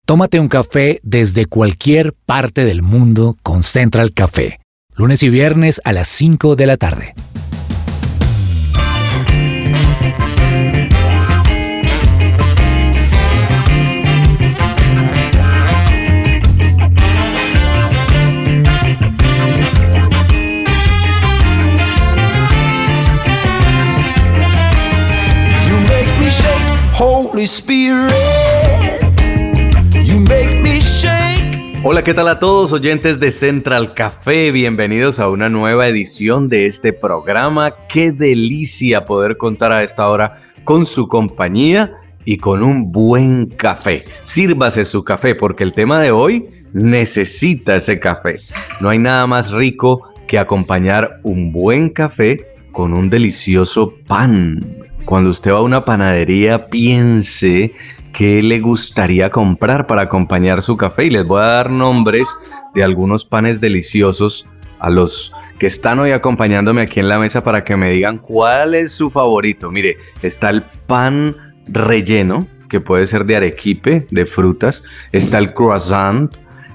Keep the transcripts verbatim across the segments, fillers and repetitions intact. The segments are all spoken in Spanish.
Tómate un café desde cualquier parte del mundo con Central Café. Lunes y viernes a las cinco de la tarde. You make me shake, Holy Spirit. You make me shake. Hola, ¿qué tal a todos oyentes de Central Café? Bienvenidos a una nueva edición de este programa. Qué delicia poder contar a esta hora con su compañía y con un buen café. Sírvase su café porque el tema de hoy necesita ese café. No hay nada más rico que acompañar un buen café con un delicioso pan. Cuando usted va a una panadería, piense qué le gustaría comprar para acompañar su café, y les voy a dar nombres de algunos panes deliciosos a los que están hoy acompañándome aquí en la mesa para que me digan cuál es su favorito. Mire, está el pan relleno, que puede ser de arequipe, de frutas, está el croissant,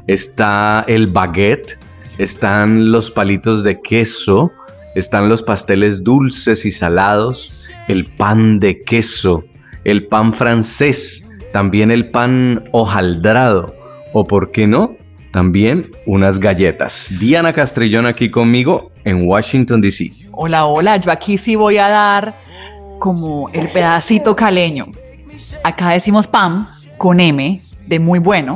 está el baguette, están los palitos de queso, están los pasteles dulces y salados, el pan de queso, el pan francés, también el pan hojaldrado, o por qué no, también unas galletas. Diana Castrillón aquí conmigo en Washington, D C Hola, hola, yo aquí sí voy a dar como el pedacito caleño. Acá decimos pan con M, de muy bueno.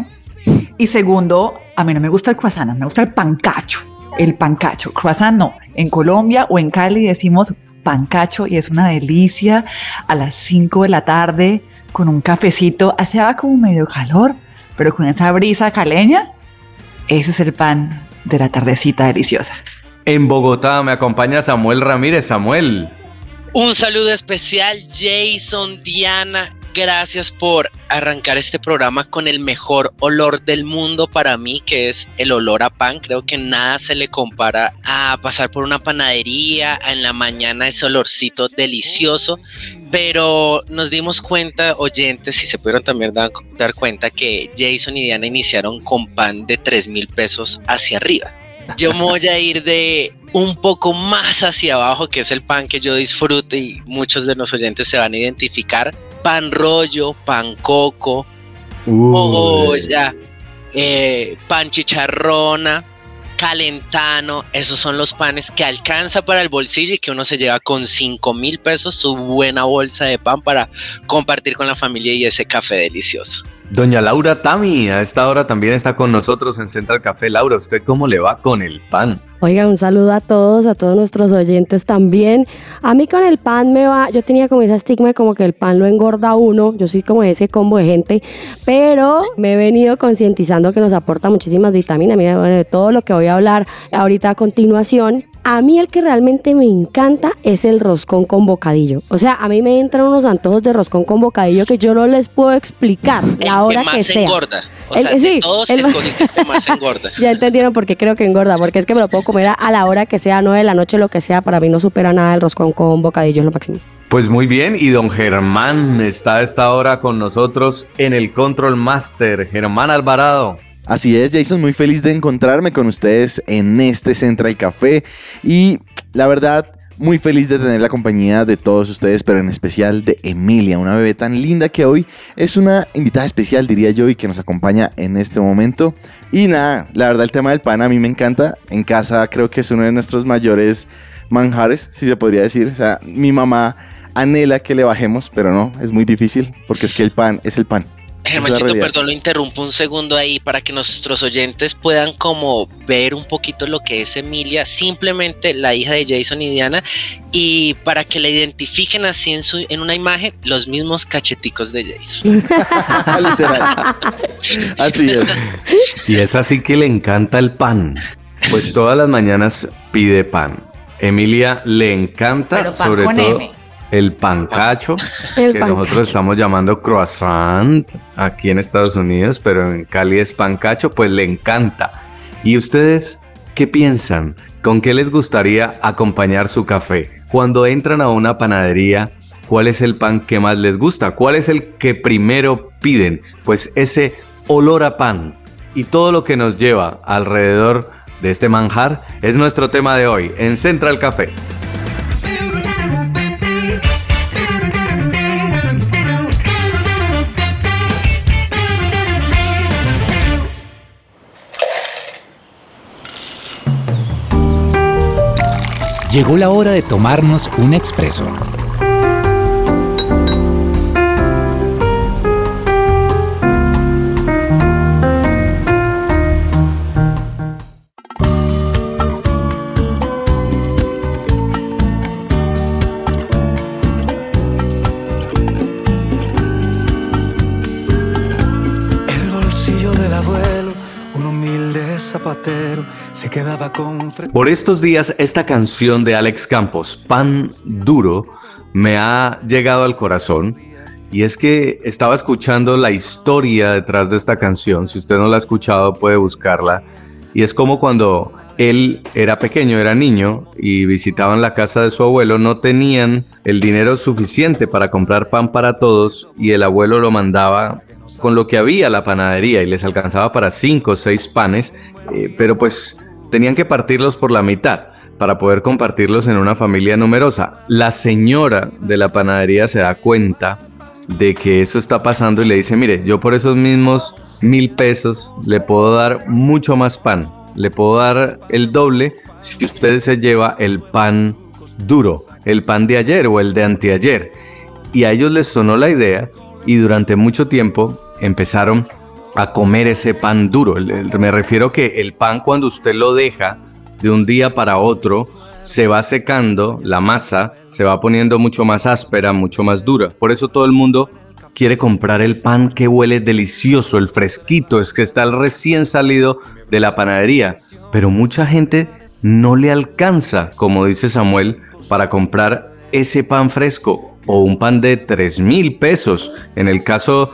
Y segundo, a mí no me gusta el croissant, me gusta el pancacho. El pancacho, croissant no. En Colombia o en Cali decimos pancacho y es una delicia a las cinco de la tarde con un cafecito. Hacía como medio calor, pero con esa brisa caleña, ese es el pan de la tardecita deliciosa. En Bogotá me acompaña Samuel Ramírez. Samuel. Un saludo especial, Jason, Diana. Gracias por arrancar este programa con el mejor olor del mundo para mí, que es el olor a pan. Creo que nada se le compara a pasar por una panadería en la mañana, ese olorcito delicioso. Pero nos dimos cuenta, oyentes, si se pudieron también dar, dar cuenta, que Jason y Diana iniciaron con pan de tres mil pesos hacia arriba. Yo me voy a ir de un poco más hacia abajo, que es el pan que yo disfruto y muchos de los oyentes se van a identificar. Pan rollo, pan coco, mogolla, eh, pan chicharrona, calentano. Esos son los panes que alcanza para el bolsillo y que uno se lleva con cinco mil pesos su buena bolsa de pan para compartir con la familia y ese café delicioso. Doña Laura Tami, a esta hora también está con nosotros en Central Café. Laura, ¿usted cómo le va con el pan? Oiga, un saludo a todos, a todos nuestros oyentes también. A mí con el pan me va, yo tenía como esa estigma de como que el pan lo engorda a uno, yo soy como ese combo de gente, pero me he venido concientizando que nos aporta muchísimas vitaminas. Mira, bueno, de todo lo que voy a hablar ahorita a continuación. A mí el que realmente me encanta es el roscón con bocadillo. O sea, a mí me entran unos antojos de roscón con bocadillo que yo no les puedo explicar la hora que, que sea. Engorda. O el, sea, sí, de todos el, escogiste el que más engorda. Ya entendieron por qué creo que engorda, porque es que me lo puedo comer a, a la hora que sea, nueve de la noche, lo que sea. Para mí no supera nada el roscón con bocadillo, es lo máximo. Pues muy bien, y don Germán está a esta hora con nosotros en el Control Master. Germán Alvarado. Así es, Jason, muy feliz de encontrarme con ustedes en este Central Café y la verdad muy feliz de tener la compañía de todos ustedes, pero en especial de Emilia, una bebé tan linda que hoy es una invitada especial, diría yo, y que nos acompaña en este momento. Y nada, la verdad el tema del pan a mí me encanta, en casa creo que es uno de nuestros mayores manjares, si se podría decir. O sea, mi mamá anhela que le bajemos, pero no, es muy difícil porque es que el pan es el pan. Germanchito, perdón, lo interrumpo un segundo ahí para que nuestros oyentes puedan como ver un poquito lo que es Emilia, simplemente la hija de Jason y Diana, y para que la identifiquen así en, su, en una imagen, los mismos cacheticos de Jason. Literal. Así es. Y es así que le encanta el pan. Pues todas las mañanas pide pan. Emilia le encanta, pero pan sobre con todo M. El pancacho, El que pancacho. nosotros estamos llamando croissant aquí en Estados Unidos, pero en Cali es pancacho, pues le encanta. ¿Y ustedes qué piensan? ¿Con qué les gustaría acompañar su café? Cuando entran a una panadería, ¿cuál es el pan que más les gusta? ¿Cuál es el que primero piden? Pues ese olor a pan y todo lo que nos lleva alrededor de este manjar es nuestro tema de hoy en Central Café. Llegó la hora de tomarnos un expreso. El bolsillo del abuelo, un humilde zapatero, se quedaba con fre- Por estos días, esta canción de Alex Campos, Pan Duro, me ha llegado al corazón. Y es que estaba escuchando la historia detrás de esta canción. Si usted no la ha escuchado, puede buscarla. Y es como cuando él era pequeño, era niño, y visitaban la casa de su abuelo, no tenían el dinero suficiente para comprar pan para todos, y el abuelo lo mandaba con lo que había a la panadería, y les alcanzaba para cinco o seis panes, eh, pero pues tenían que partirlos por la mitad para poder compartirlos en una familia numerosa. La señora de la panadería se da cuenta de que eso está pasando y le dice, mire, yo por esos mismos mil pesos le puedo dar mucho más pan, le puedo dar el doble si usted se lleva el pan duro, el pan de ayer o el de anteayer. Y a ellos les sonó la idea y durante mucho tiempo empezaron a comer ese pan duro. Me refiero que el pan, cuando usted lo deja de un día para otro, se va secando, la masa se va poniendo mucho más áspera, mucho más dura. Por eso todo el mundo quiere comprar el pan que huele delicioso, el fresquito, es que está el recién salido de la panadería. Pero mucha gente no le alcanza, como dice Samuel, para comprar ese pan fresco o un pan de tres mil pesos. En el caso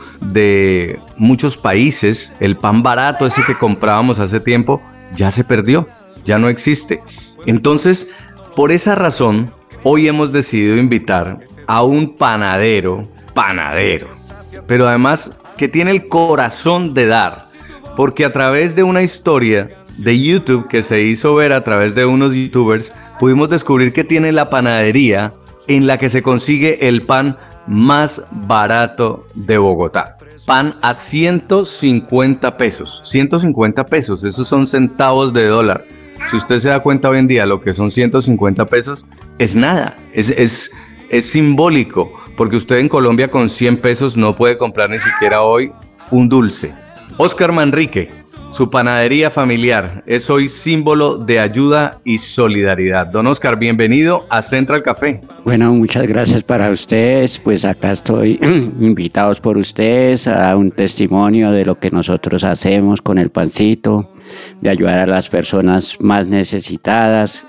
de muchos países, el pan barato, ese que comprábamos hace tiempo, ya se perdió, ya no existe. Entonces, por esa razón, hoy hemos decidido invitar a un panadero, panadero, pero además que tiene el corazón de dar, porque a través de una historia de YouTube que se hizo ver a través de unos youtubers, pudimos descubrir que tiene la panadería en la que se consigue el pan más barato de Bogotá. Pan a ciento cincuenta pesos. ciento cincuenta pesos, esos son centavos de dólar. Si usted se da cuenta hoy en día lo que son ciento cincuenta pesos, es nada, es, es, es simbólico, porque usted en Colombia con cien pesos no puede comprar ni siquiera hoy un dulce. Oscar Manrique, su panadería familiar, es hoy símbolo de ayuda y solidaridad. Don Oscar, bienvenido a Central Café. Bueno, muchas gracias para ustedes, pues acá estoy invitados por ustedes a dar un testimonio de lo que nosotros hacemos con el pancito, de ayudar a las personas más necesitadas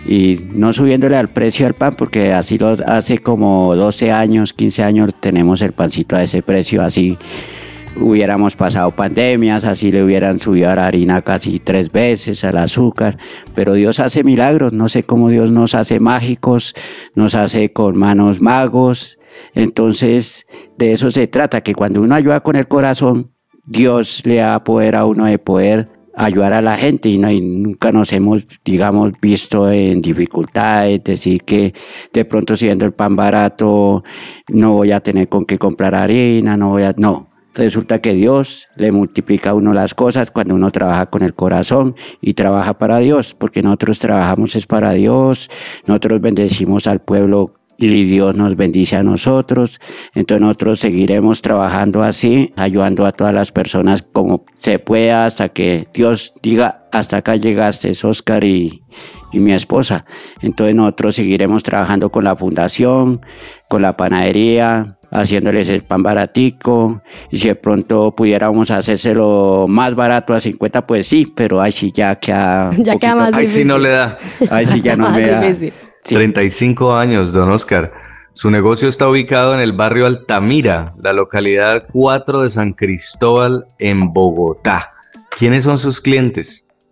y no subiéndole al precio al pan, porque así lo hace como doce años, quince años tenemos el pancito a ese precio, así hubiéramos pasado pandemias, así le hubieran subido a la harina casi tres veces, al azúcar, pero Dios hace milagros, no sé cómo Dios nos hace mágicos, nos hace con manos magos. Entonces de eso se trata, que cuando uno ayuda con el corazón, Dios le da poder a uno de poder ayudar a la gente y, no, y nunca nos hemos, digamos, visto en dificultades, decir que de pronto siendo el pan barato no voy a tener con qué comprar harina, no voy a... no. Resulta que Dios le multiplica a uno las cosas cuando uno trabaja con el corazón y trabaja para Dios, porque nosotros trabajamos es para Dios, nosotros bendecimos al pueblo y Dios nos bendice a nosotros. Entonces nosotros seguiremos trabajando así, ayudando a todas las personas como se pueda hasta que Dios diga, hasta acá llegaste, Oscar y, y mi esposa. Entonces nosotros seguiremos trabajando con la fundación, con la panadería, haciéndoles el pan baratico, y si de pronto pudiéramos hacérselo más barato a cincuenta, pues sí, pero ahí sí ya queda ya queda más ahí difícil. sí no le da. Ahí sí ya no me da. Difícil. Sí. treinta y cinco años, don Oscar. Su negocio está ubicado en el barrio Altamira, la localidad cuatro de San Cristóbal, en Bogotá. ¿Quiénes son sus clientes?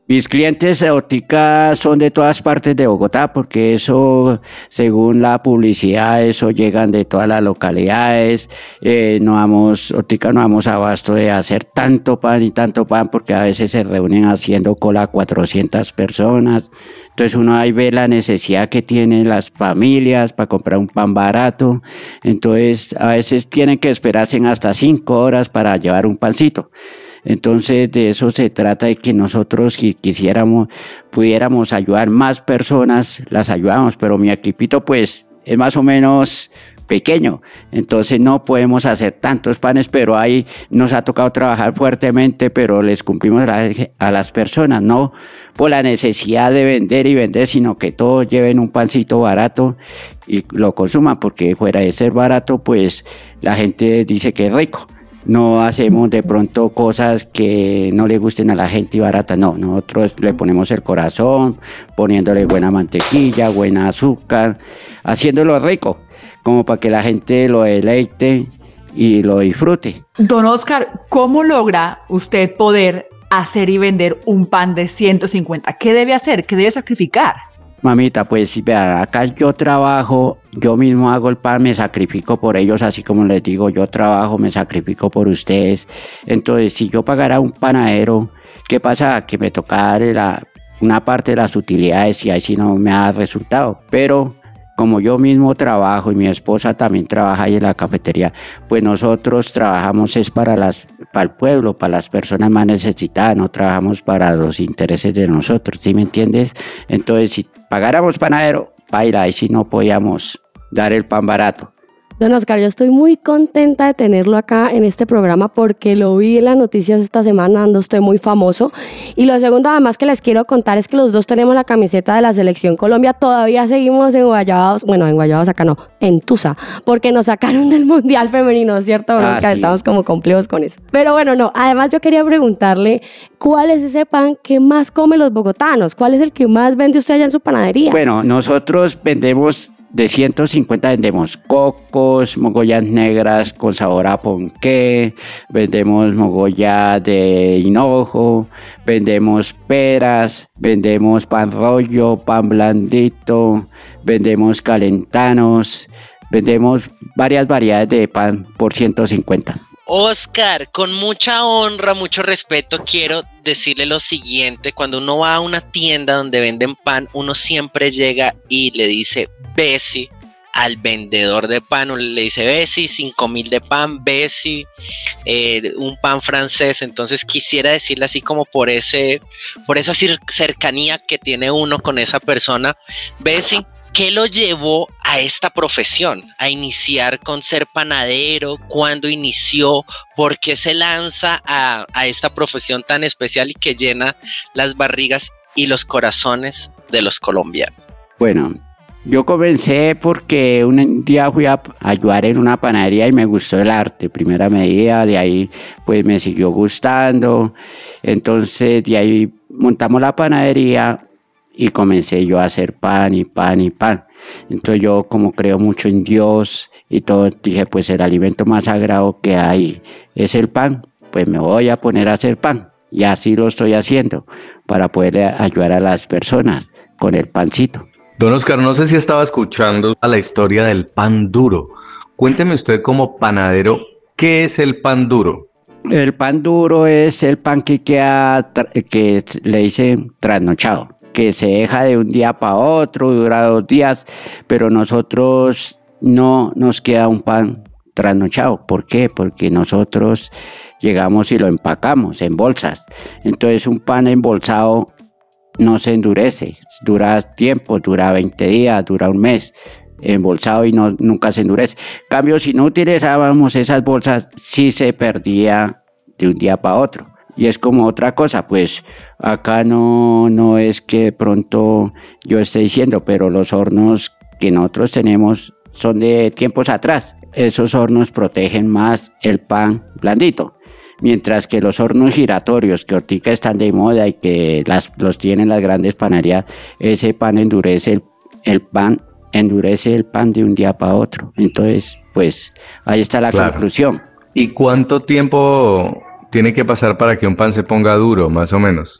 Mis clientes de Otica son de todas partes de Bogotá, porque eso, según la publicidad, eso llegan de todas las localidades. Eh, no vamos, Otica no damos abasto de hacer tanto pan y tanto pan, porque a veces se reúnen haciendo cola cuatrocientas personas. Entonces uno ahí ve la necesidad que tienen las familias para comprar un pan barato. Entonces a veces tienen que esperarse hasta cinco horas para llevar un pancito. Entonces de eso se trata, de que nosotros, si quisiéramos, pudiéramos ayudar más personas, las ayudamos, pero mi equipito pues es más o menos pequeño, entonces no podemos hacer tantos panes, pero ahí nos ha tocado trabajar fuertemente, pero les cumplimos a, la, a las personas, no por la necesidad de vender y vender, sino que todos lleven un pancito barato y lo consuman, porque fuera de ser barato, pues la gente dice que es rico. No hacemos de pronto cosas que no le gusten a la gente y baratas, no, nosotros le ponemos el corazón, poniéndole buena mantequilla, buena azúcar, haciéndolo rico, como para que la gente lo deleite y lo disfrute. Don Oscar, ¿cómo logra usted poder hacer y vender un pan de ciento cincuenta? ¿Qué debe hacer? ¿Qué debe sacrificar? Mamita, pues vea, acá yo trabajo, yo mismo hago el pan, me sacrifico por ellos, así como les digo, yo trabajo, me sacrifico por ustedes. Entonces, si yo pagara un panadero, ¿qué pasa? Que me toca darle la, una parte de las utilidades y ahí sí no me da resultado. Pero como yo mismo trabajo y mi esposa también trabaja ahí en la cafetería, pues nosotros trabajamos es para, las, para el pueblo, para las personas más necesitadas, no trabajamos para los intereses de nosotros, ¿sí me entiendes? Entonces, si pagáramos panadero, paila, ahí sí no podíamos dar el pan barato. Don Oscar, yo estoy muy contenta de tenerlo acá en este programa porque lo vi en las noticias esta semana, ando usted muy famoso. Y lo segundo, además, que les quiero contar es que los dos tenemos la camiseta de la Selección Colombia. Todavía seguimos en Guayabados, bueno, en Guayabados acá no, en Tusa, porque nos sacaron del Mundial Femenino, ¿cierto, don Oscar? Ah, sí. Estamos como complejos con eso. Pero bueno, no, además yo quería preguntarle, ¿cuál es ese pan que más comen los bogotanos? ¿Cuál es el que más vende usted allá en su panadería? Bueno, nosotros vendemos... De ciento cincuenta vendemos cocos, mogollas negras con sabor a ponqué, vendemos mogolla de hinojo, vendemos peras, vendemos pan rollo, pan blandito, vendemos calentanos, vendemos varias variedades de pan por ciento cincuenta. Oscar, con mucha honra, mucho respeto, quiero decirle lo siguiente. Cuando uno va a una tienda donde venden pan, uno siempre llega y le dice Bessi al vendedor de pan, uno le dice Bessi, cinco mil de pan, Bessi, eh, un pan francés. Entonces quisiera decirle así como por ese, por esa cercanía que tiene uno con esa persona, Bessi, ¿qué lo llevó a esta profesión? A iniciar con ser panadero, ¿cuándo inició? ¿Por qué se lanza a, a esta profesión tan especial y que llena las barrigas y los corazones de los colombianos? Bueno, yo comencé porque un día fui a ayudar en una panadería y me gustó el arte, primera medida, de ahí pues me siguió gustando, entonces de ahí montamos la panadería y comencé yo a hacer pan y pan y pan. Entonces yo, como creo mucho en Dios y todo, dije, pues el alimento más sagrado que hay es el pan, pues me voy a poner a hacer pan. Y así lo estoy haciendo para poder ayudar a las personas con el pancito. Don Oscar, no sé si estaba escuchando a la historia del pan duro. Cuénteme usted como panadero, ¿qué es el pan duro? El pan duro es el pan que queda, que le dicen trasnochado, que se deja de un día para otro, dura dos días, pero nosotros no nos queda un pan trasnochado. ¿Por qué? Porque nosotros llegamos y lo empacamos en bolsas. Entonces un pan embolsado no se endurece, dura tiempo, dura veinte días, dura un mes embolsado y no, nunca se endurece. En cambio, si no utilizábamos esas bolsas, sí se perdía de un día para otro. Y es como otra cosa, pues acá no, no es que de pronto yo esté diciendo, pero los hornos que nosotros tenemos son de tiempos atrás. Esos hornos protegen más el pan blandito. Mientras que los hornos giratorios que ahorita están de moda y que las, los tienen las grandes panaderías, ese pan endurece el, el pan, endurece el pan de un día para otro. Entonces, pues ahí está la claro. conclusión. ¿Y cuánto tiempo tiene que pasar para que un pan se ponga duro, más o menos?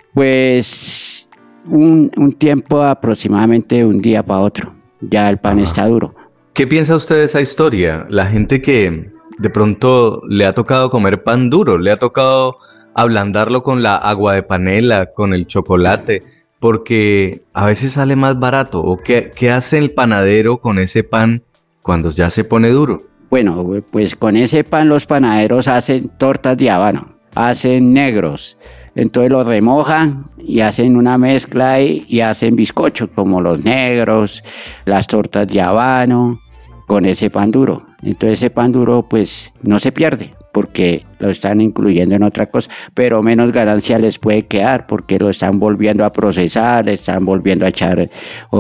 Pues un, un tiempo aproximadamente un día para otro. Ya el pan Ajá. está duro. ¿Qué piensa usted de esa historia? La gente que de pronto le ha tocado comer pan duro, le ha tocado ablandarlo con la agua de panela, con el chocolate, porque a veces sale más barato. ¿O qué, qué hace el panadero con ese pan cuando ya se pone duro? Bueno, pues con ese pan los panaderos hacen tortas de habano, hacen negros. Entonces los remojan y hacen una mezcla ahí y hacen bizcochos como los negros, las tortas de habano, con ese pan duro. Entonces ese pan duro pues no se pierde porque lo están incluyendo en otra cosa, pero menos ganancia les puede quedar porque lo están volviendo a procesar, le están volviendo a echar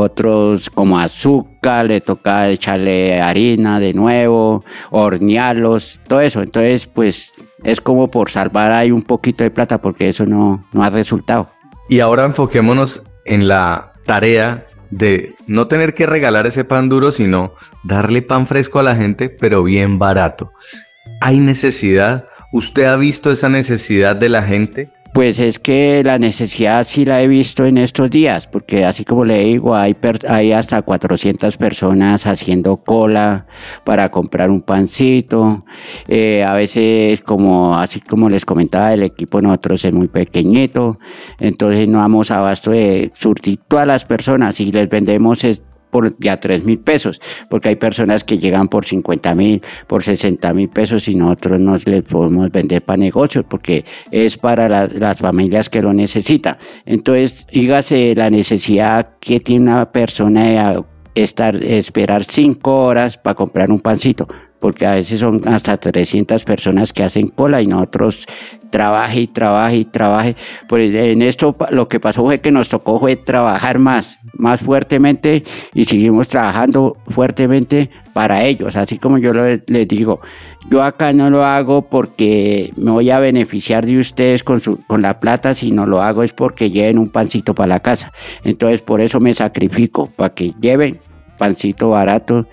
otros como azúcar, le toca echarle harina de nuevo, hornearlos, todo eso. Entonces pues es como por salvar ahí un poquito de plata porque eso no, no ha resultado. Y ahora enfoquémonos en la tarea de no tener que regalar ese pan duro, sino darle pan fresco a la gente, pero bien barato. ¿Hay necesidad? ¿Usted ha visto esa necesidad de la gente? Pues es que la necesidad sí la he visto en estos días, porque así como le digo, hay, per- hay hasta cuatrocientas personas haciendo cola para comprar un pancito. Eh, a veces, como así como les comentaba, el equipo de nosotros es muy pequeñito, entonces no damos abasto de surtir todas las personas y les vendemos es por ya tres mil pesos, porque hay personas que llegan por cincuenta mil, por sesenta mil pesos y nosotros no les podemos vender para negocios porque es para la, las familias que lo necesitan. Entonces, dígase la necesidad que tiene una persona de estar, esperar cinco horas para comprar un pancito, porque a veces son hasta trescientas personas que hacen cola y nosotros trabaje y trabaje y trabaje. Pues en esto lo que pasó fue que nos tocó fue trabajar más, más fuertemente y seguimos trabajando fuertemente para ellos. Así como yo les digo, yo acá no lo hago porque me voy a beneficiar de ustedes con, su, con la plata, sino lo hago es porque lleven un pancito para la casa. Entonces por eso me sacrifico, para que lleven pancito barato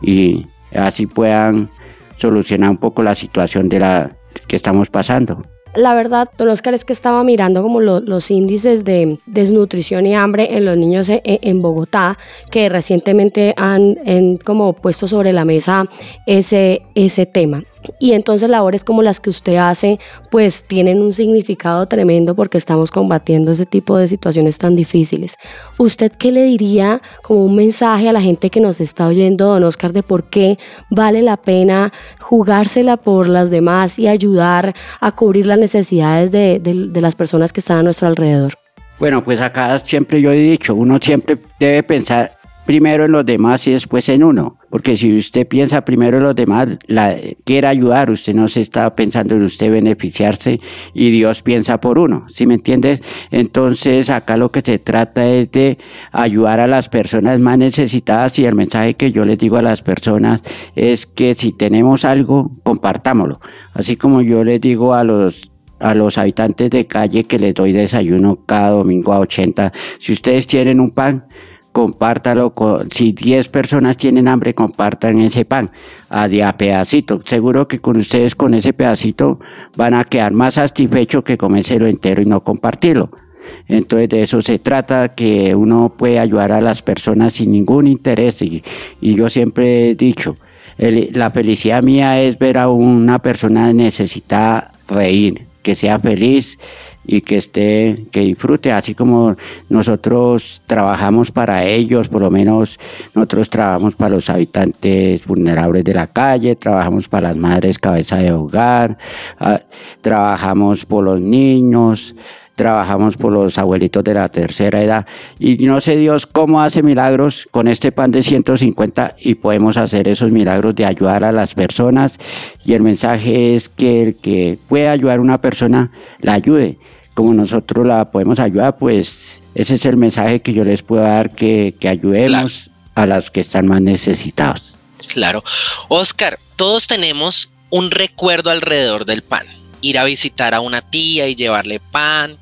y así puedan solucionar un poco la situación de la que estamos pasando. La verdad, don Oscar, es que estaba mirando como lo, los índices de desnutrición y hambre en los niños en, en Bogotá, que recientemente han, han como puesto sobre la mesa ese, ese tema. Y entonces labores como las que usted hace pues tienen un significado tremendo porque estamos combatiendo ese tipo de situaciones tan difíciles. ¿Usted qué le diría como un mensaje a la gente que nos está oyendo, don Oscar, de por qué vale la pena jugársela por las demás y ayudar a cubrir las necesidades de, de, de las personas que están a nuestro alrededor? Bueno, pues acá siempre yo he dicho, uno siempre debe pensar primero en los demás y después en uno, porque si usted piensa primero en los demás, la, quiere ayudar, usted no se está pensando en usted beneficiarse y Dios piensa por uno, ¿sí me entiendes? Entonces acá lo que se trata es de ayudar a las personas más necesitadas y el mensaje que yo les digo a las personas es que si tenemos algo, compartámoslo, así como yo les digo a los a los habitantes de calle que les doy desayuno cada domingo a ochenta, si ustedes tienen un pan, compártalo, con, si diez personas tienen hambre, compartan ese pan a, a pedacito. Seguro que con ustedes con ese pedacito van a quedar más satisfechos que comérselo entero y no compartirlo. Entonces de eso se trata, que uno puede ayudar a las personas sin ningún interés y, y yo siempre he dicho, el, la felicidad mía es ver a una persona necesitada reír, que sea feliz y que esté, que disfrute, así como nosotros trabajamos para ellos, por lo menos nosotros trabajamos para los habitantes vulnerables de la calle, trabajamos para las madres cabeza de hogar, uh, trabajamos por los niños, trabajamos por los abuelitos de la tercera edad y no sé Dios cómo hace milagros con este pan de ciento cincuenta y podemos hacer esos milagros de ayudar a las personas y el mensaje es que el que puede ayudar a una persona la ayude, como nosotros la podemos ayudar, pues ese es el mensaje que yo les puedo dar, que, que ayudemos claro. a los que están más necesitados. Claro. Oscar, todos tenemos un recuerdo alrededor del pan. Ir a visitar a una tía y llevarle pan,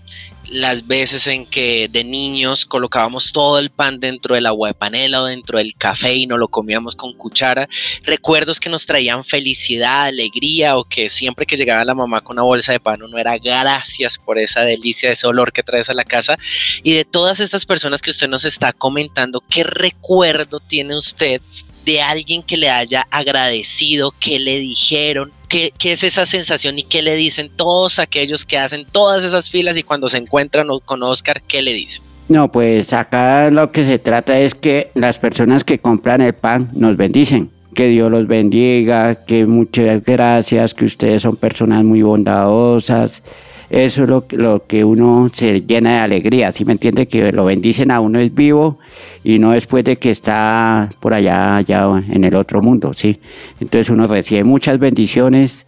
las veces en que de niños colocábamos todo el pan dentro del agua de panela o dentro del café y nos lo comíamos con cuchara. Recuerdos que nos traían felicidad, alegría, o que siempre que llegaba la mamá con una bolsa de pan uno era gracias por esa delicia, ese olor que traes a la casa. Y de todas estas personas que usted nos está comentando, ¿qué recuerdo tiene usted de alguien que le haya agradecido? ¿Qué le dijeron? ¿Qué, qué es esa sensación y qué le dicen todos aquellos que hacen todas esas filas y cuando se encuentran con Oscar, qué le dicen? No, pues acá lo que se trata es que las personas que compran el pan nos bendicen. Que Dios los bendiga, que muchas gracias, que ustedes son personas muy bondadosas. Eso es lo, lo que uno se llena de alegría, ¿sí me entiende? Que lo bendicen a uno es vivo y no después de que está por allá, allá en el otro mundo, ¿sí? Entonces uno recibe muchas bendiciones,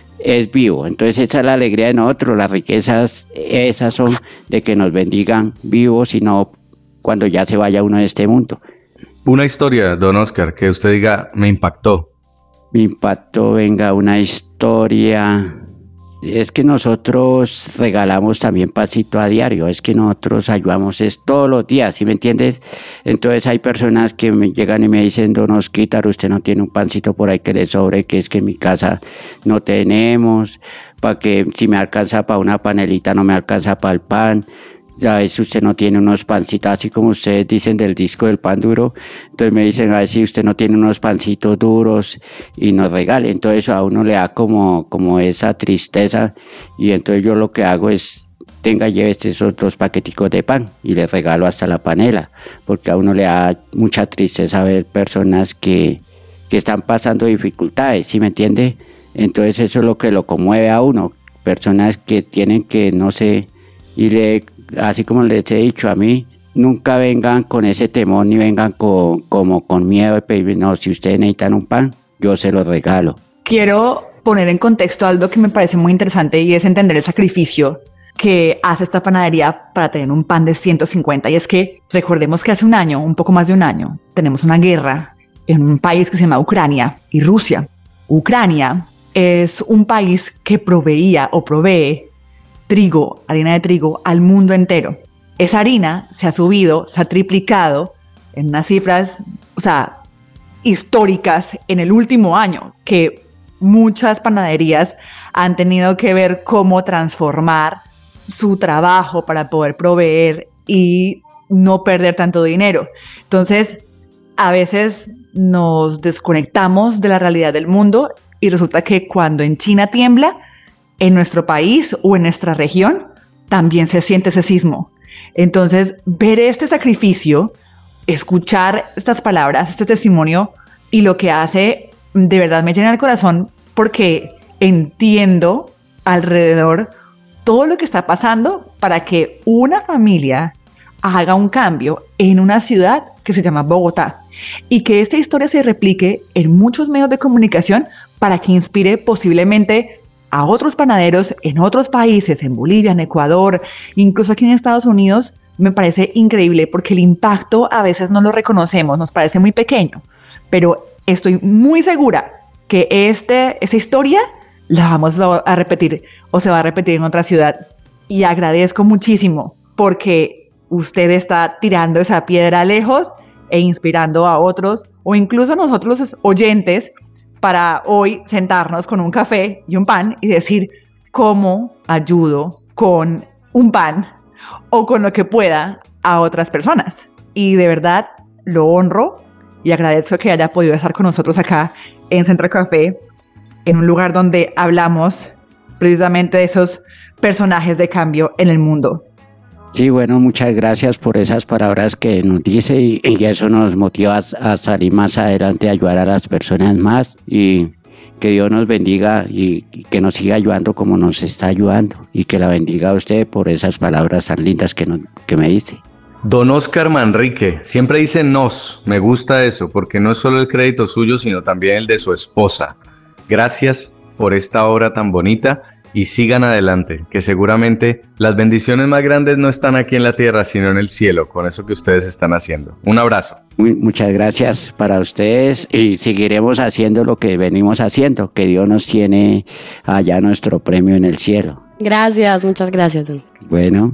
es vivo. Entonces esa es la alegría de nosotros, las riquezas esas son de que nos bendigan vivos y no cuando ya se vaya uno de este mundo. Una historia, don Oscar, que usted diga, me impactó. Me impactó, venga, una historia. Es que nosotros regalamos también pancito a diario, es que nosotros ayudamos es todos los días, ¿sí me entiendes? Entonces hay personas que me llegan y me dicen, don Oscar, usted no tiene un pancito por ahí que le sobre, que es que en mi casa no tenemos, para que si me alcanza para una panelita no me alcanza para el pan. A veces usted no tiene unos pancitos, así como ustedes dicen del disco del pan duro, entonces me dicen a ver si usted no tiene unos pancitos duros y nos regale. Entonces a uno le da como, como esa tristeza y entonces yo lo que hago es, tenga, llévese esos dos paqueticos de pan y le regalo hasta la panela, porque a uno le da mucha tristeza ver personas que, que están pasando dificultades, ¿sí me entiende? Entonces eso es lo que lo conmueve a uno, personas que tienen que, no sé, y le... Así como les he dicho a mí, nunca vengan con ese temor ni vengan con, como con miedo de pedir, no, si ustedes necesitan un pan, yo se los regalo. Quiero poner en contexto algo que me parece muy interesante y es entender el sacrificio que hace esta panadería para tener un pan de ciento cincuenta. Y es que recordemos que hace un año, un poco más de un año, tenemos una guerra en un país que se llama Ucrania y Rusia. Ucrania es un país que proveía o provee trigo, harina de trigo, al mundo entero. Esa harina se ha subido, se ha triplicado en unas cifras, o sea, históricas en el último año, que muchas panaderías han tenido que ver cómo transformar su trabajo para poder proveer y no perder tanto dinero. Entonces, a veces nos desconectamos de la realidad del mundo y resulta que cuando en China tiembla, en nuestro país o en nuestra región también se siente ese sismo. Entonces, ver este sacrificio, escuchar estas palabras, este testimonio, y lo que hace, de verdad me llena el corazón porque entiendo alrededor todo lo que está pasando para que una familia haga un cambio en una ciudad que se llama Bogotá y que esta historia se replique en muchos medios de comunicación para que inspire posiblemente a otros panaderos en otros países, en Bolivia, en Ecuador, incluso aquí en Estados Unidos. Me parece increíble porque el impacto a veces no lo reconocemos, nos parece muy pequeño, pero estoy muy segura que este, esa historia la vamos a repetir o se va a repetir en otra ciudad. Y agradezco muchísimo porque usted está tirando esa piedra lejos e inspirando a otros o incluso a nosotros los oyentes para hoy sentarnos con un café y un pan y decir cómo ayudo con un pan o con lo que pueda a otras personas. Y de verdad lo honro y agradezco que haya podido estar con nosotros acá en Central Café, en un lugar donde hablamos precisamente de esos personajes de cambio en el mundo. Sí, bueno, muchas gracias por esas palabras que nos dice y, y eso nos motiva a, a salir más adelante, a ayudar a las personas más y que Dios nos bendiga y, y que nos siga ayudando como nos está ayudando y que la bendiga a usted por esas palabras tan lindas que, nos, que me dice. Don Oscar Manrique, siempre dice nos, me gusta eso porque no es solo el crédito suyo sino también el de su esposa. Gracias por esta obra tan bonita. Y sigan adelante, que seguramente las bendiciones más grandes no están aquí en la tierra, sino en el cielo, con eso que ustedes están haciendo. Un abrazo. Muy, muchas gracias para ustedes y seguiremos haciendo lo que venimos haciendo, que Dios nos tiene allá nuestro premio en el cielo. Gracias, muchas gracias. Bueno,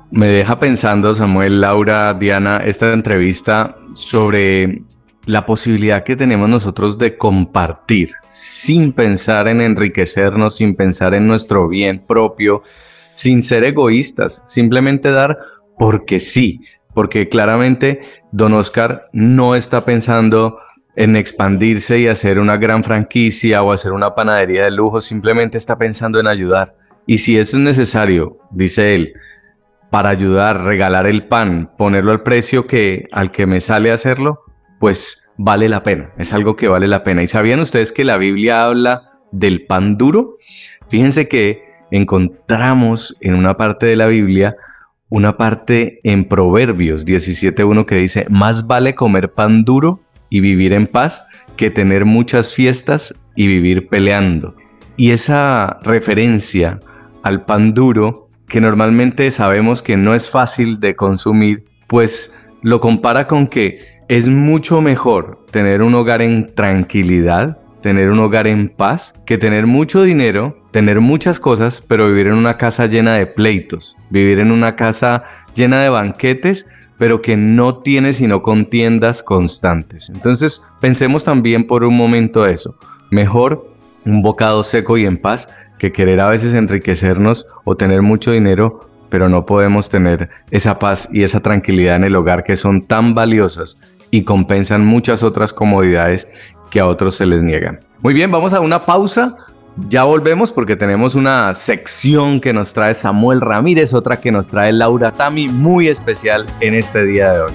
me deja pensando, Samuel, Laura, Diana, esta entrevista sobre la posibilidad que tenemos nosotros de compartir sin pensar en enriquecernos, sin pensar en nuestro bien propio, sin ser egoístas, simplemente dar porque sí, porque claramente Don Oscar no está pensando en expandirse y hacer una gran franquicia o hacer una panadería de lujo, simplemente está pensando en ayudar. Y si eso es necesario, dice él, para ayudar, regalar el pan, ponerlo al precio que, al que me sale hacerlo, pues vale la pena, es algo que vale la pena. ¿Y sabían ustedes que la Biblia habla del pan duro? Fíjense que encontramos en una parte de la Biblia, una parte en Proverbios diecisiete uno que dice, más vale comer pan duro y vivir en paz que tener muchas fiestas y vivir peleando. Y esa referencia al pan duro, que normalmente sabemos que no es fácil de consumir, pues lo compara con que es mucho mejor tener un hogar en tranquilidad, tener un hogar en paz, que tener mucho dinero, tener muchas cosas, pero vivir en una casa llena de pleitos, vivir en una casa llena de banquetes, pero que no tiene sino contiendas constantes. Entonces, pensemos también por un momento eso. Mejor un bocado seco y en paz que querer a veces enriquecernos o tener mucho dinero, pero no podemos tener esa paz y esa tranquilidad en el hogar que son tan valiosas y compensan muchas otras comodidades que a otros se les niegan. Muy bien, vamos a una pausa. Ya volvemos porque tenemos una sección que nos trae Samuel Ramírez, otra que nos trae Laura Tami, muy especial en este día de hoy.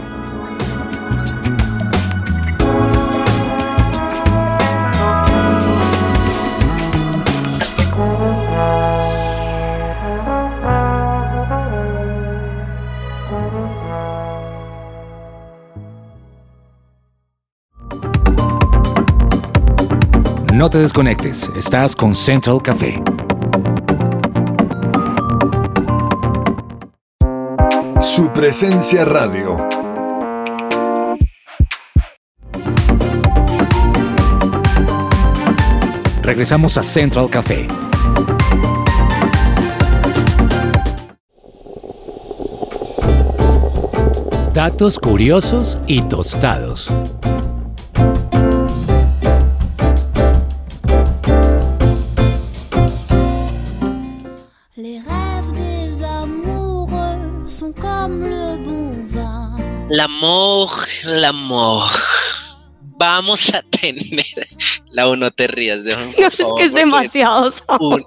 No te desconectes, estás con Central Café. Su presencia radio. Regresamos a Central Café. Datos curiosos y tostados. L'amor, l'amor. Vamos a tener... Lau, no te rías. De un, no, es favor, que es demasiado un...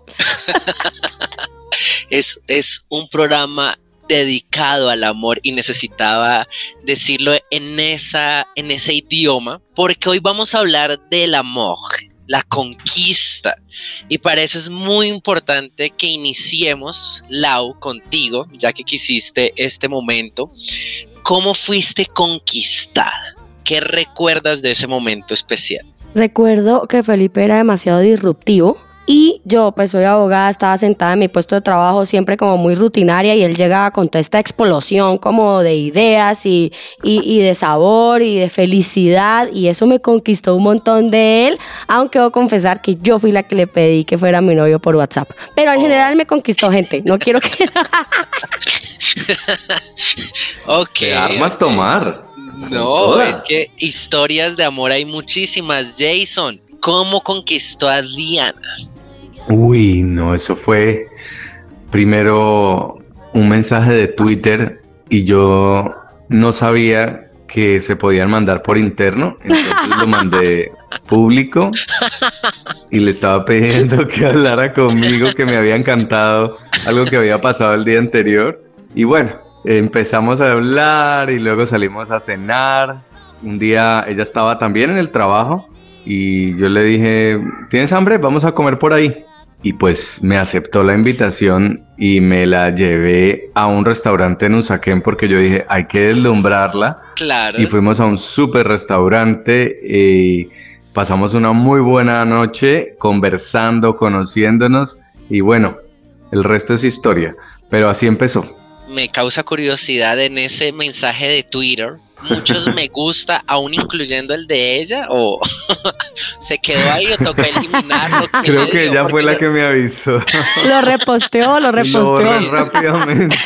es, es un programa dedicado al amor y necesitaba decirlo en, esa, en ese idioma, porque hoy vamos a hablar del amor, la conquista. Y para eso es muy importante que iniciemos, Lau, contigo, ya que quisiste este momento. ¿Cómo fuiste conquistada? ¿Qué recuerdas de ese momento especial? Recuerdo que Felipe era demasiado disruptivo y yo pues soy abogada, estaba sentada en mi puesto de trabajo siempre como muy rutinaria y él llegaba con toda esta explosión como de ideas y, y, y de sabor y de felicidad y eso me conquistó un montón de él, aunque debo confesar que yo fui la que le pedí que fuera mi novio por WhatsApp, pero en oh. general me conquistó gente, no quiero que... Ok. ¿Qué armas okay. tomar? No, es que historias de amor hay muchísimas. Jason, ¿cómo conquistó a Diana? Uy, no, eso fue primero un mensaje de Twitter y yo no sabía que se podían mandar por interno, entonces lo mandé público y le estaba pidiendo que hablara conmigo, que me había encantado algo que había pasado el día anterior. Y bueno, empezamos a hablar y luego salimos a cenar. Un día ella estaba también en el trabajo y yo le dije, ¿tienes hambre? Vamos a comer por ahí. Y pues me aceptó la invitación y me la llevé a un restaurante en Usaquén porque yo dije, hay que deslumbrarla. Claro. Y fuimos a un súper restaurante y pasamos una muy buena noche conversando, conociéndonos y bueno, el resto es historia. Pero así empezó. Me causa curiosidad en ese mensaje de Twitter, muchos me gusta, aún incluyendo el de ella, o se quedó ahí o toca eliminarlo. Creo que ella fue la que me avisó. Lo reposteó, lo reposteó. Lo borré rápidamente.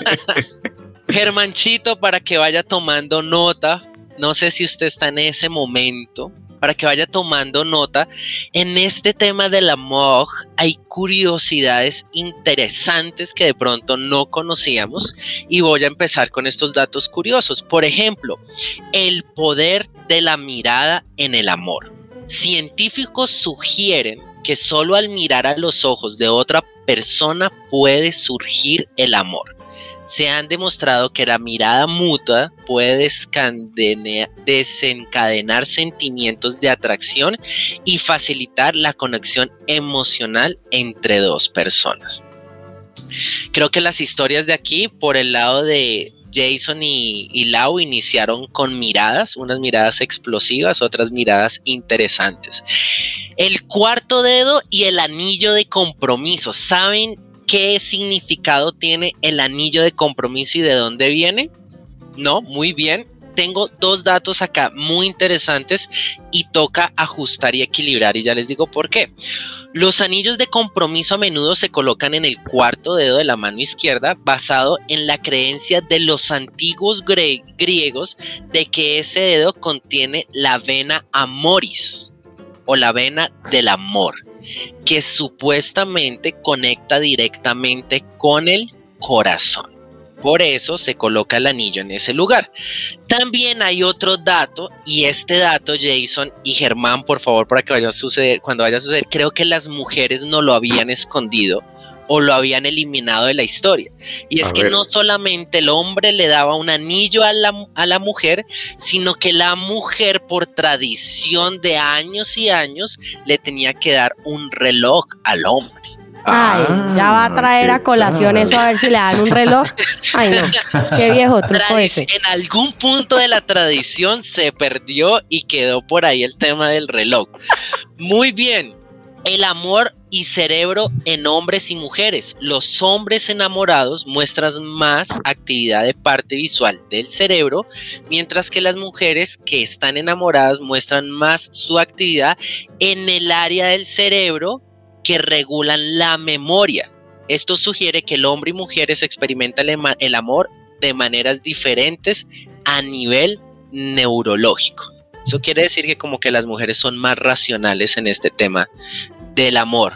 Germanchito, para que vaya tomando nota, no sé si usted está en ese momento, para que vaya tomando nota, en este tema del amor hay curiosidades interesantes que de pronto no conocíamos y voy a empezar con estos datos curiosos. Por ejemplo, el poder de la mirada en el amor. Científicos sugieren que solo al mirar a los ojos de otra persona puede surgir el amor. Se han demostrado que la mirada mutua puede desencadenar sentimientos de atracción y facilitar la conexión emocional entre dos personas. Creo que las historias de aquí, por el lado de Jason y, y Lau, iniciaron con miradas, unas miradas explosivas, otras miradas interesantes. El cuarto dedo y el anillo de compromiso. ¿Saben qué significado tiene el anillo de compromiso y de dónde viene? No, muy bien. Tengo dos datos acá muy interesantes y toca ajustar y equilibrar y ya les digo por qué. Los anillos de compromiso a menudo se colocan en el cuarto dedo de la mano izquierda, basado en la creencia de los antiguos gre- griegos de que ese dedo contiene la vena amoris o la vena del amor, que supuestamente conecta directamente con el corazón. Por eso se coloca el anillo en ese lugar. También hay otro dato, y este dato, Jason y Germán, por favor, para que vaya a suceder, cuando vaya a suceder, creo que las mujeres no lo habían escondido o lo habían eliminado de la historia. Y es A que ver. no solamente el hombre le daba un anillo a la, a la mujer, sino que la mujer, por tradición de años y años, le tenía que dar un reloj al hombre. Ay, ya va a traer a colación eso, a ver si le dan un reloj. Ay, no, qué viejo truco Tradic- ese. En algún punto de la tradición se perdió y quedó por ahí el tema del reloj. Muy bien. El amor y cerebro en hombres y mujeres. Los hombres enamorados muestran más actividad de parte visual del cerebro, mientras que las mujeres que están enamoradas muestran más su actividad en el área del cerebro que regulan la memoria. Esto sugiere que el hombre y mujeres experimentan el, el amor de maneras diferentes a nivel neurológico. Eso quiere decir que como que las mujeres son más racionales en este tema del amor.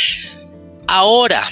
Ahora,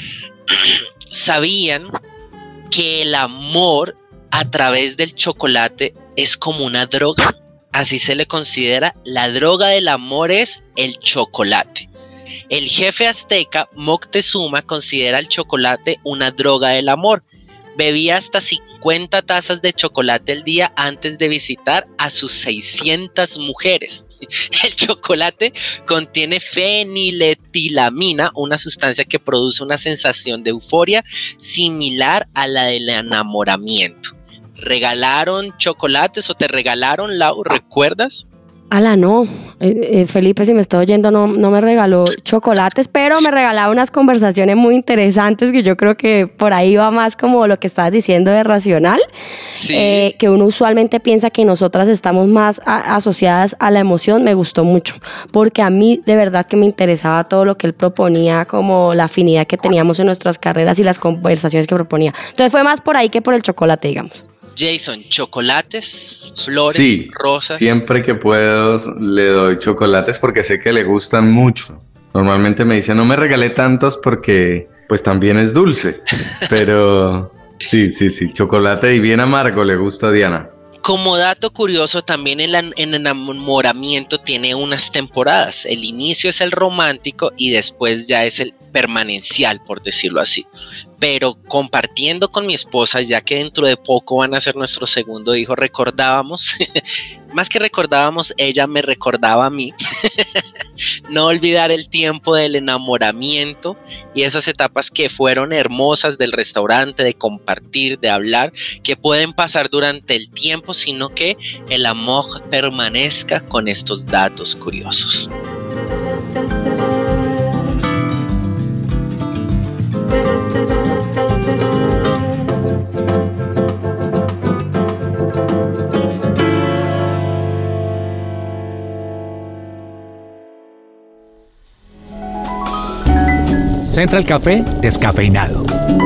¿sabían que el amor a través del chocolate es como una droga? Así se le considera. La droga del amor es el chocolate. El jefe azteca Moctezuma considera el chocolate una droga del amor. Bebía hasta cincuenta tazas de chocolate al día antes de visitar a sus seiscientas mujeres. El chocolate contiene feniletilamina, una sustancia que produce una sensación de euforia similar a la del enamoramiento. ¿Regalaron chocolates o te regalaron, Lau? ¿Recuerdas? Ala, no. Eh, eh, Felipe, si me estoy oyendo, no, no me regaló chocolates, pero me regalaba unas conversaciones muy interesantes que yo creo que por ahí va más como lo que estabas diciendo de racional, Sí. eh, que uno usualmente piensa que nosotras estamos más a- asociadas a la emoción. Me gustó mucho, porque a mí de verdad que me interesaba todo lo que él proponía, como la afinidad que teníamos en nuestras carreras y las conversaciones que proponía. Entonces fue más por ahí que por el chocolate, digamos. Jason, chocolates, flores, Sí, rosas. siempre que puedo le doy chocolates porque sé que le gustan mucho. Normalmente me dice, no me regalé tantos porque pues también es dulce. Pero sí, sí, sí, chocolate y bien amargo le gusta a Diana. Como dato curioso, también el, an- el enamoramiento tiene unas temporadas. El inicio es el romántico y después ya es el permanencial, por decirlo así. Pero compartiendo con mi esposa, ya que dentro de poco van a ser nuestro segundo hijo, recordábamos, más que recordábamos, ella me recordaba a mí, no olvidar el tiempo del enamoramiento y esas etapas que fueron hermosas del restaurante, de compartir, de hablar, que pueden pasar durante el tiempo, sino que el amor permanezca con estos datos curiosos. Central Café descafeinado.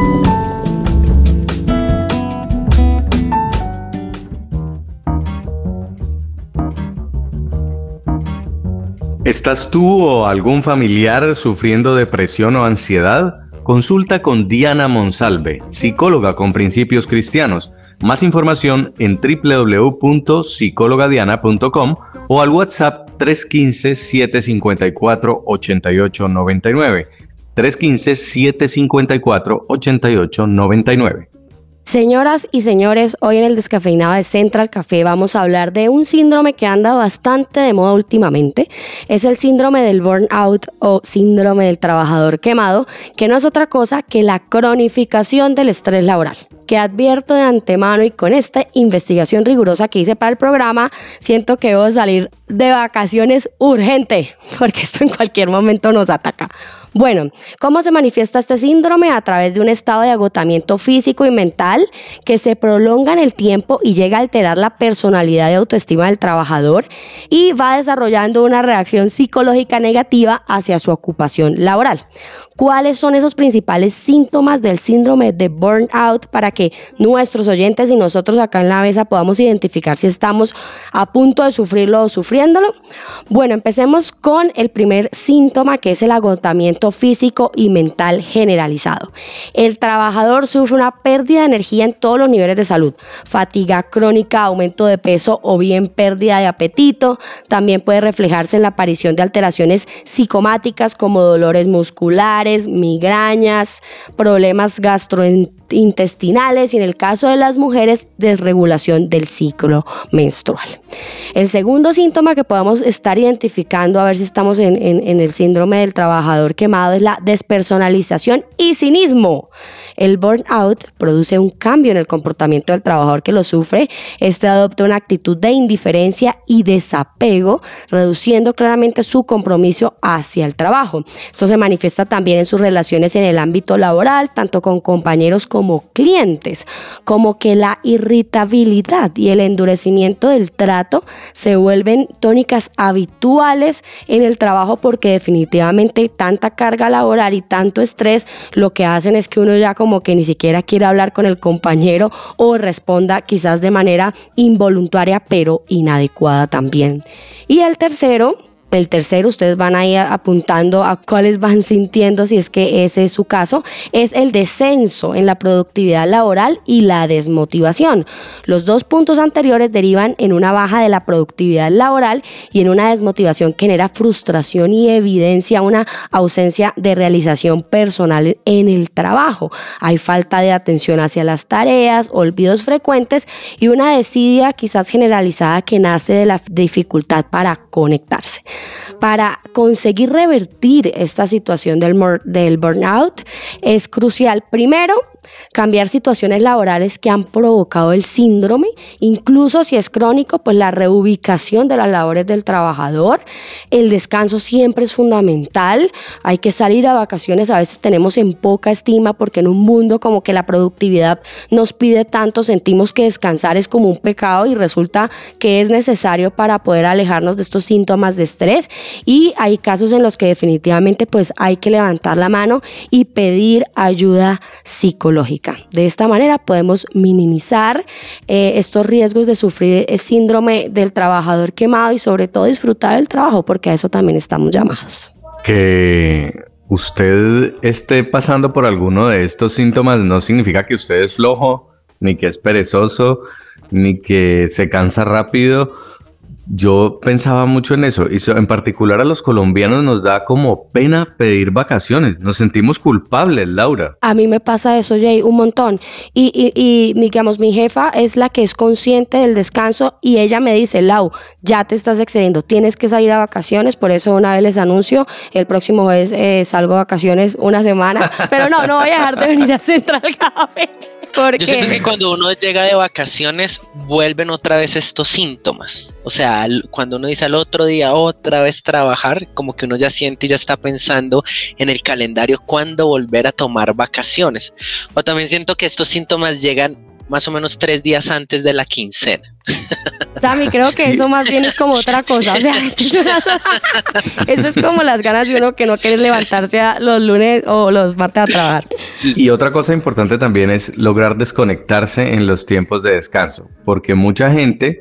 ¿Estás tú o algún familiar sufriendo depresión o ansiedad? Consulta con Diana Monsalve, psicóloga con principios cristianos. Más información en doble u doble u doble u punto psicóloga diana punto com o al WhatsApp tres uno cinco, siete cinco cuatro, ocho ocho nueve nueve. tres uno cinco, siete cinco cuatro, ocho ocho nueve nueve. Señoras y señores, hoy en el descafeinado de Central Café vamos a hablar de un síndrome que anda bastante de moda últimamente. Es el síndrome del burnout o síndrome del trabajador quemado, que no es otra cosa que la cronificación del estrés laboral, que advierto de antemano y con esta investigación rigurosa que hice para el programa, siento que debo salir de vacaciones urgente, porque esto en cualquier momento nos ataca. Bueno, ¿cómo se manifiesta este síndrome? A través de un estado de agotamiento físico y mental que se prolonga en el tiempo y llega a alterar la personalidad y autoestima del trabajador y va desarrollando una reacción psicológica negativa hacia su ocupación laboral. ¿Cuáles son esos principales síntomas del síndrome de burnout para que nuestros oyentes y nosotros acá en la mesa podamos identificar si estamos a punto de sufrirlo o sufriéndolo? Bueno, empecemos con el primer síntoma, que es el agotamiento físico y mental generalizado. El trabajador sufre una pérdida de energía en todos los niveles de salud: fatiga crónica, aumento de peso o bien pérdida de apetito. También puede reflejarse en la aparición de alteraciones psicomáticas como dolores musculares, migrañas, problemas gastrointestinales y, en el caso de las mujeres, desregulación del ciclo menstrual. El segundo síntoma que podemos estar identificando, a ver si estamos en, en, en el síndrome del trabajador quemado, es la despersonalización y cinismo. El burnout produce un cambio en el comportamiento del trabajador que lo sufre. Este adopta una actitud de indiferencia y desapego, reduciendo claramente su compromiso hacia el trabajo. Esto se manifiesta también en sus relaciones en el ámbito laboral, tanto con compañeros como clientes, como que la irritabilidad y el endurecimiento del trato se vuelven tónicas habituales en el trabajo, porque definitivamente tanta carga laboral y tanto estrés lo que hacen es que uno ya como que ni siquiera quiere hablar con el compañero o responda quizás de manera involuntaria pero inadecuada también. Y el tercero, El tercero, ustedes van a ir apuntando a cuáles van sintiendo, si es que ese es su caso, es el descenso en la productividad laboral y la desmotivación. Los dos puntos anteriores derivan en una baja de la productividad laboral y en una desmotivación que genera frustración y evidencia una ausencia de realización personal en el trabajo. Hay falta de atención hacia las tareas, olvidos frecuentes y una desidia quizás generalizada que nace de la dificultad para conectarse. Para conseguir revertir esta situación del, del burnout es crucial, primero, cambiar situaciones laborales que han provocado el síndrome, incluso si es crónico, pues la reubicación de las labores del trabajador. El descanso siempre es fundamental. Hay que salir a vacaciones, a veces tenemos en poca estima porque en un mundo como que la productividad nos pide tanto, sentimos que descansar es como un pecado y resulta que es necesario para poder alejarnos de estos síntomas de estrés. Y hay casos en los que definitivamente pues hay que levantar la mano y pedir ayuda psicológica. De esta manera podemos minimizar eh, estos riesgos de sufrir el síndrome del trabajador quemado y sobre todo disfrutar del trabajo, porque a eso también estamos llamados. Que usted esté pasando por alguno de estos síntomas no significa que usted es flojo, ni que es perezoso, ni que se cansa rápido. Yo pensaba mucho en eso, y en particular a los colombianos nos da como pena pedir vacaciones, nos sentimos culpables, Laura. A mí me pasa eso, Jay, un montón, y, y, y digamos, mi jefa es la que es consciente del descanso y ella me dice: Lau, ya te estás excediendo, tienes que salir a vacaciones. Por eso una vez les anuncio, el próximo jueves eh, salgo a vacaciones una semana, pero no, no voy a dejar de venir a Central Café. Porque... Yo siento que cuando uno llega de vacaciones vuelven otra vez estos síntomas. O sea, cuando uno dice al otro día otra vez trabajar, como que uno ya siente y ya está pensando en el calendario cuándo volver a tomar vacaciones. O también siento que estos síntomas llegan más o menos tres días antes de la quincena. Tami, creo que eso más bien es como otra cosa. O sea, esto es una sola... eso es como las ganas de uno que no quiere levantarse a los lunes o los martes a trabajar. Y otra cosa importante también es lograr desconectarse en los tiempos de descanso, porque mucha gente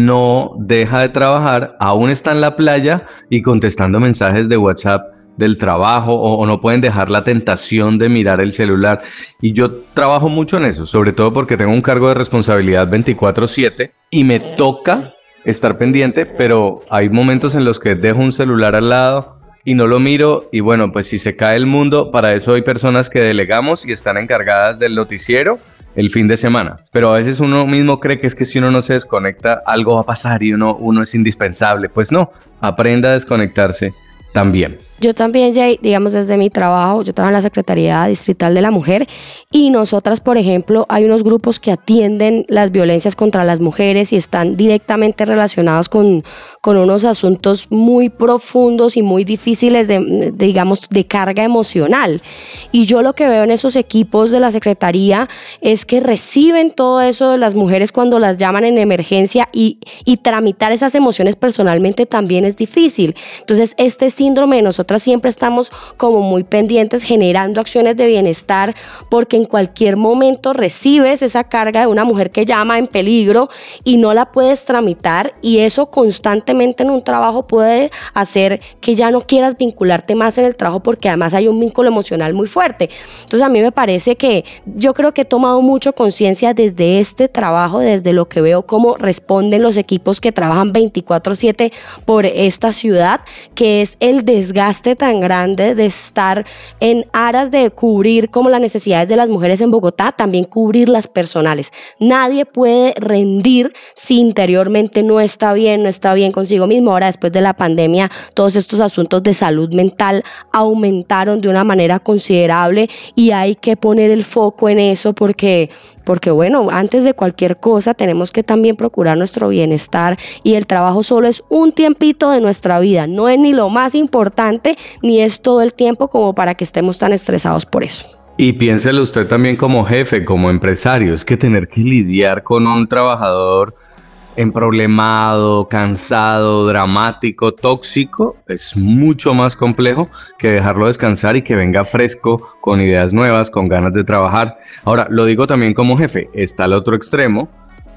no deja de trabajar, aún está en la playa y contestando mensajes de WhatsApp del trabajo, o, o no pueden dejar la tentación de mirar el celular. Y yo trabajo mucho en eso, sobre todo porque tengo un cargo de responsabilidad veinticuatro siete y me toca estar pendiente, pero hay momentos en los que dejo un celular al lado y no lo miro, y bueno, pues si se cae el mundo, para eso hay personas que delegamos y están encargadas del noticiero el fin de semana. Pero a veces uno mismo cree que es que si uno no se desconecta, algo va a pasar y uno, uno es indispensable. Pues no, aprenda a desconectarse también. Yo también, Jay, digamos desde mi trabajo, yo trabajo en la Secretaría Distrital de la Mujer y nosotras, por ejemplo, hay unos grupos que atienden las violencias contra las mujeres y están directamente relacionados con, con unos asuntos muy profundos y muy difíciles de, de, digamos, de carga emocional. Y yo lo que veo en esos equipos de la Secretaría es que reciben todo eso de las mujeres cuando las llaman en emergencia y, y tramitar esas emociones personalmente también es difícil. Entonces, este síndrome de nosotros siempre estamos como muy pendientes generando acciones de bienestar porque en cualquier momento recibes esa carga de una mujer que llama en peligro y no la puedes tramitar, y eso constantemente en un trabajo puede hacer que ya no quieras vincularte más en el trabajo porque además hay un vínculo emocional muy fuerte. Entonces a mí me parece que yo creo que he tomado mucho conciencia desde este trabajo, desde lo que veo cómo responden los equipos que trabajan veinticuatro siete por esta ciudad, que es el desgaste tan grande de estar en aras de cubrir como las necesidades de las mujeres en Bogotá, también cubrir las personales. Nadie puede rendir si interiormente no está bien, no está bien consigo mismo. Ahora, después de la pandemia, todos estos asuntos de salud mental aumentaron de una manera considerable y hay que poner el foco en eso porque, porque bueno, antes de cualquier cosa tenemos que también procurar nuestro bienestar, y el trabajo solo es un tiempito de nuestra vida, no es ni lo más importante ni es todo el tiempo como para que estemos tan estresados por eso. Y piénselo usted también como jefe, como empresario, es que tener que lidiar con un trabajador emproblemado, cansado, dramático, tóxico, es mucho más complejo que dejarlo descansar y que venga fresco, con ideas nuevas, con ganas de trabajar. Ahora, lo digo también como jefe, está el otro extremo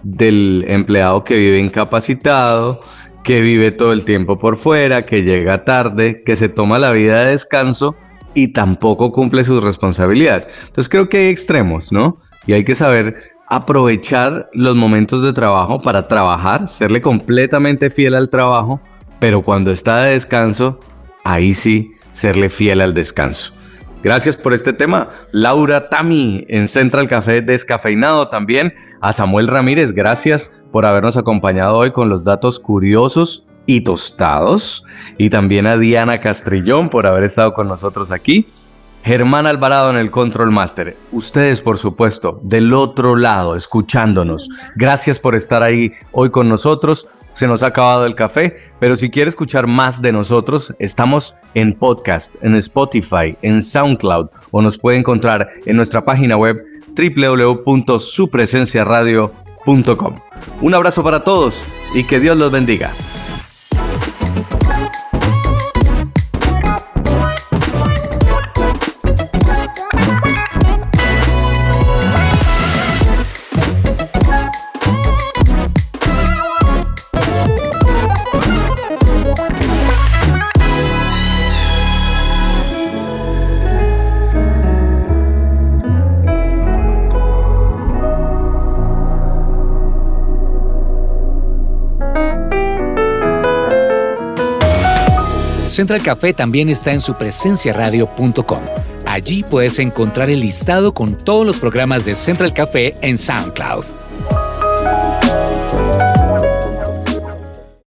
del empleado que vive incapacitado, que vive todo el tiempo por fuera, que llega tarde, que se toma la vida de descanso y tampoco cumple sus responsabilidades. Entonces creo que hay extremos, ¿no? Y hay que saber aprovechar los momentos de trabajo para trabajar, serle completamente fiel al trabajo, pero cuando está de descanso, ahí sí, serle fiel al descanso. Gracias por este tema, Laura Tami, en Central Café Descafeinado. También a Samuel Ramírez, gracias por habernos acompañado hoy con los datos curiosos y tostados. Y también a Diana Castrillón por haber estado con nosotros aquí. Germán Alvarado en el Control Master. Ustedes, por supuesto, del otro lado, escuchándonos. Gracias por estar ahí hoy con nosotros. Se nos ha acabado el café, pero si quiere escuchar más de nosotros, estamos en podcast, en Spotify, en SoundCloud, o nos puede encontrar en nuestra página web doble u doble u doble u punto su presencia radio punto com. Un abrazo para todos y que Dios los bendiga. Central Café también está en su presencia radio punto com. Allí puedes encontrar el listado con todos los programas de Central Café en SoundCloud.